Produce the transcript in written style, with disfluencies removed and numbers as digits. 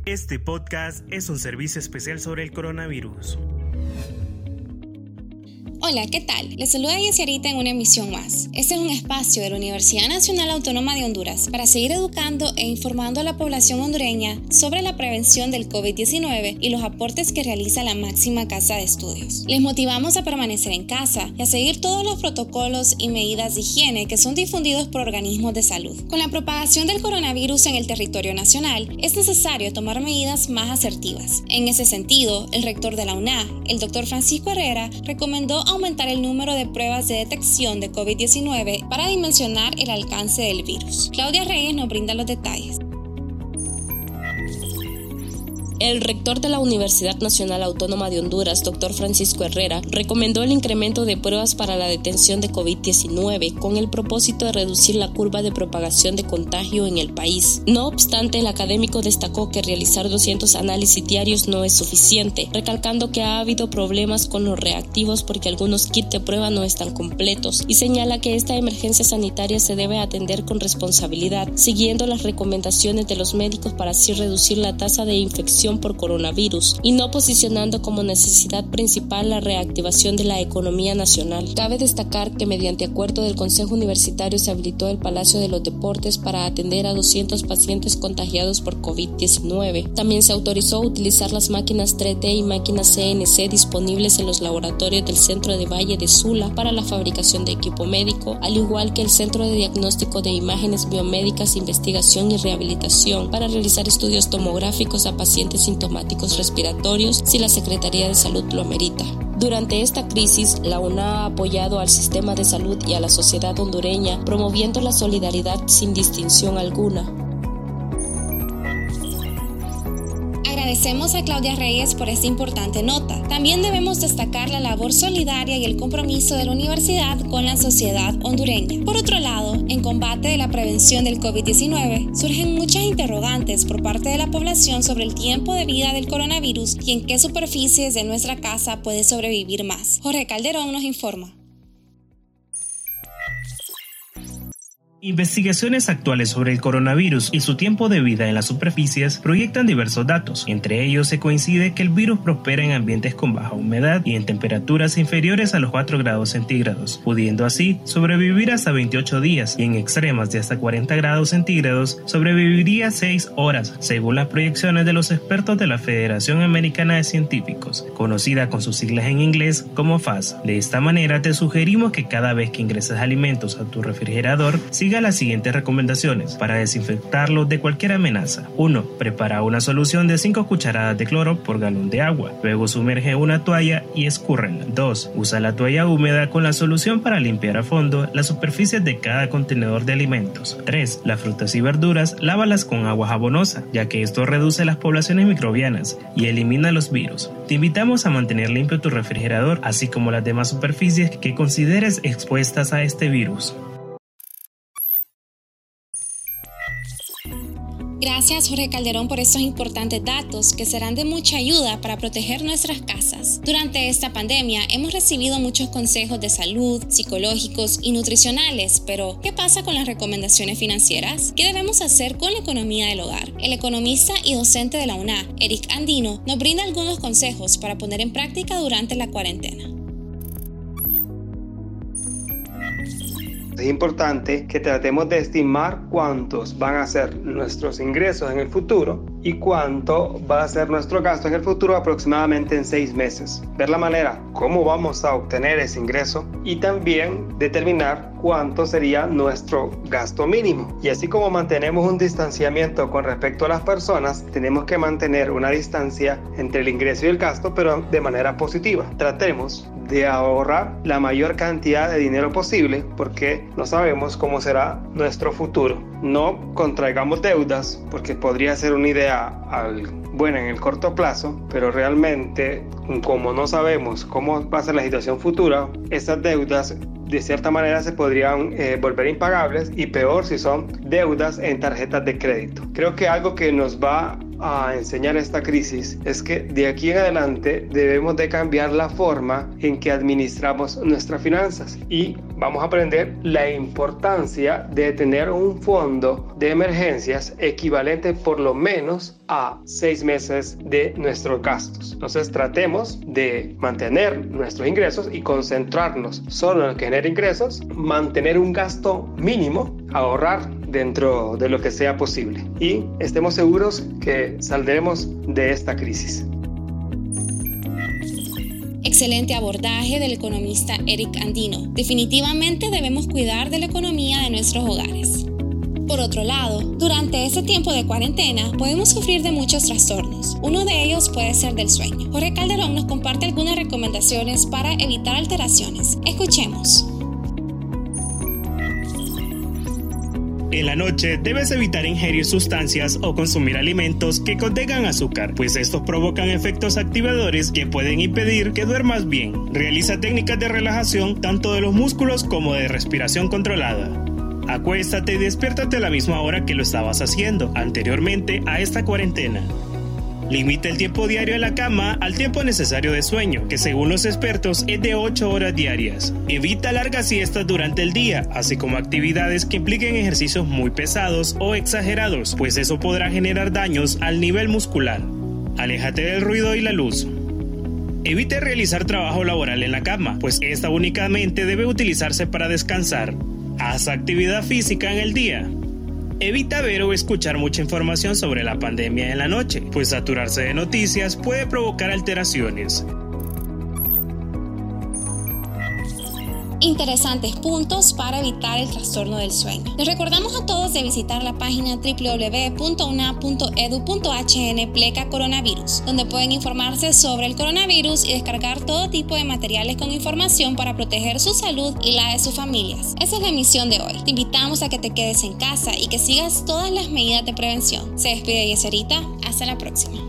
Este podcast es un servicio especial sobre el coronavirus. Hola, ¿qué tal? Les saluda Yesarita en una emisión más. Este es un espacio de la Universidad Nacional Autónoma de Honduras para seguir educando e informando a la población hondureña sobre la prevención del COVID-19 y los aportes que realiza la máxima casa de estudios. Les motivamos a permanecer en casa y a seguir todos los protocolos y medidas de higiene que son difundidos por organismos de salud. Con la propagación del coronavirus en el territorio nacional, es necesario tomar medidas más asertivas. En ese sentido, el rector de la UNA, el Dr. Francisco Herrera, recomendó aumentar el número de pruebas de detección de COVID-19 para dimensionar el alcance del virus. Claudia Reyes nos brinda los detalles. El rector de la Universidad Nacional Autónoma de Honduras, Dr. Francisco Herrera, recomendó el incremento de pruebas para la detención de COVID-19 con el propósito de reducir la curva de propagación de contagio en el país. No obstante, el académico destacó que realizar 200 análisis diarios no es suficiente, recalcando que ha habido problemas con los reactivos porque algunos kits de prueba no están completos, y señala que esta emergencia sanitaria se debe atender con responsabilidad, siguiendo las recomendaciones de los médicos para así reducir la tasa de infección por coronavirus y no posicionando como necesidad principal la reactivación de la economía nacional. Cabe destacar que mediante acuerdo del Consejo Universitario se habilitó el Palacio de los Deportes para atender a 200 pacientes contagiados por COVID-19. También se autorizó utilizar las máquinas 3D y máquinas CNC disponibles en los laboratorios del Centro de Valle de Sula para la fabricación de equipo médico, al igual que el Centro de Diagnóstico de Imágenes Biomédicas, Investigación y Rehabilitación para realizar estudios tomográficos a pacientes sintomáticos respiratorios si la Secretaría de Salud lo amerita. Durante esta crisis, la UNA ha apoyado al sistema de salud y a la sociedad hondureña, promoviendo la solidaridad sin distinción alguna. Agradecemos a Claudia Reyes por esta importante nota. También debemos destacar la labor solidaria y el compromiso de la universidad con la sociedad hondureña. Por otro lado, en combate de la prevención del COVID-19, surgen muchas interrogantes por parte de la población sobre el tiempo de vida del coronavirus y en qué superficies de nuestra casa puede sobrevivir más. Jorge Calderón nos informa. Investigaciones actuales sobre el coronavirus y su tiempo de vida en las superficies proyectan diversos datos. Entre ellos se coincide que el virus prospera en ambientes con baja humedad y en temperaturas inferiores a los 4 grados centígrados, pudiendo así sobrevivir hasta 28 días y en extremas de hasta 40 grados centígrados sobreviviría 6 horas, según las proyecciones de los expertos de la Federación Americana de Científicos, conocida con sus siglas en inglés como FAS. De esta manera te sugerimos que cada vez que ingreses alimentos a tu refrigerador, siga las siguientes recomendaciones para desinfectarlo de cualquier amenaza. 1. Prepara una solución de 5 cucharadas de cloro por galón de agua. Luego sumerge una toalla y escúrrela. 2. Usa la toalla húmeda con la solución para limpiar a fondo las superficies de cada contenedor de alimentos. 3. Las frutas y verduras, lávalas con agua jabonosa, ya que esto reduce las poblaciones microbianas y elimina los virus. Te invitamos a mantener limpio tu refrigerador, así como las demás superficies que consideres expuestas a este virus. Gracias, Jorge Calderón, por estos importantes datos que serán de mucha ayuda para proteger nuestras casas. Durante esta pandemia hemos recibido muchos consejos de salud, psicológicos y nutricionales, pero ¿qué pasa con las recomendaciones financieras? ¿Qué debemos hacer con la economía del hogar? El economista y docente de la UNA, Eric Andino, nos brinda algunos consejos para poner en práctica durante la cuarentena. Es importante que tratemos de estimar cuántos van a ser nuestros ingresos en el futuro y cuánto va a ser nuestro gasto en el futuro aproximadamente en 6 meses. Ver la manera cómo vamos a obtener ese ingreso y también determinar cuánto sería nuestro gasto mínimo. Y así como mantenemos un distanciamiento con respecto a las personas, tenemos que mantener una distancia entre el ingreso y el gasto, pero de manera positiva. Tratemos de ahorrar la mayor cantidad de dinero posible porque no sabemos cómo será nuestro futuro. No contraigamos deudas porque podría ser una idea buena en el corto plazo, pero realmente como no sabemos cómo va a ser la situación futura, esas deudas de cierta manera se podrían volver impagables y peor si son deudas en tarjetas de crédito. Creo que algo que nos va a enseñar esta crisis es que de aquí en adelante debemos de cambiar la forma en que administramos nuestras finanzas y vamos a aprender la importancia de tener un fondo de emergencias equivalente por lo menos a 6 meses de nuestros gastos. Entonces tratemos de mantener nuestros ingresos y concentrarnos solo en lo que genera ingresos, mantener un gasto mínimo, ahorrar dentro de lo que sea posible y estemos seguros que saldremos de esta crisis. Excelente abordaje del economista Eric Andino. Definitivamente debemos cuidar de la economía de nuestros hogares. Por otro lado, durante este tiempo de cuarentena podemos sufrir de muchos trastornos. Uno de ellos puede ser del sueño. Jorge Calderón nos comparte algunas recomendaciones para evitar alteraciones. Escuchemos. En la noche debes evitar ingerir sustancias o consumir alimentos que contengan azúcar, pues estos provocan efectos activadores que pueden impedir que duermas bien. Realiza técnicas de relajación tanto de los músculos como de respiración controlada. Acuéstate y despiértate a la misma hora que lo estabas haciendo anteriormente a esta cuarentena. Limita el tiempo diario en la cama al tiempo necesario de sueño, que según los expertos es de 8 horas diarias. Evita largas siestas durante el día, así como actividades que impliquen ejercicios muy pesados o exagerados, pues eso podrá generar daños al nivel muscular. Aléjate del ruido y la luz. Evite realizar trabajo laboral en la cama, pues esta únicamente debe utilizarse para descansar. Haz actividad física en el día. Evita ver o escuchar mucha información sobre la pandemia en la noche, pues saturarse de noticias puede provocar alteraciones. Interesantes puntos para evitar el trastorno del sueño. Les recordamos a todos de visitar la página www.una.edu.hn/coronavirus, donde pueden informarse sobre el coronavirus y descargar todo tipo de materiales con información para proteger su salud y la de sus familias. Esa es la emisión de hoy. Te invitamos a que te quedes en casa y que sigas todas las medidas de prevención. Se despide Yeserita. Hasta la próxima.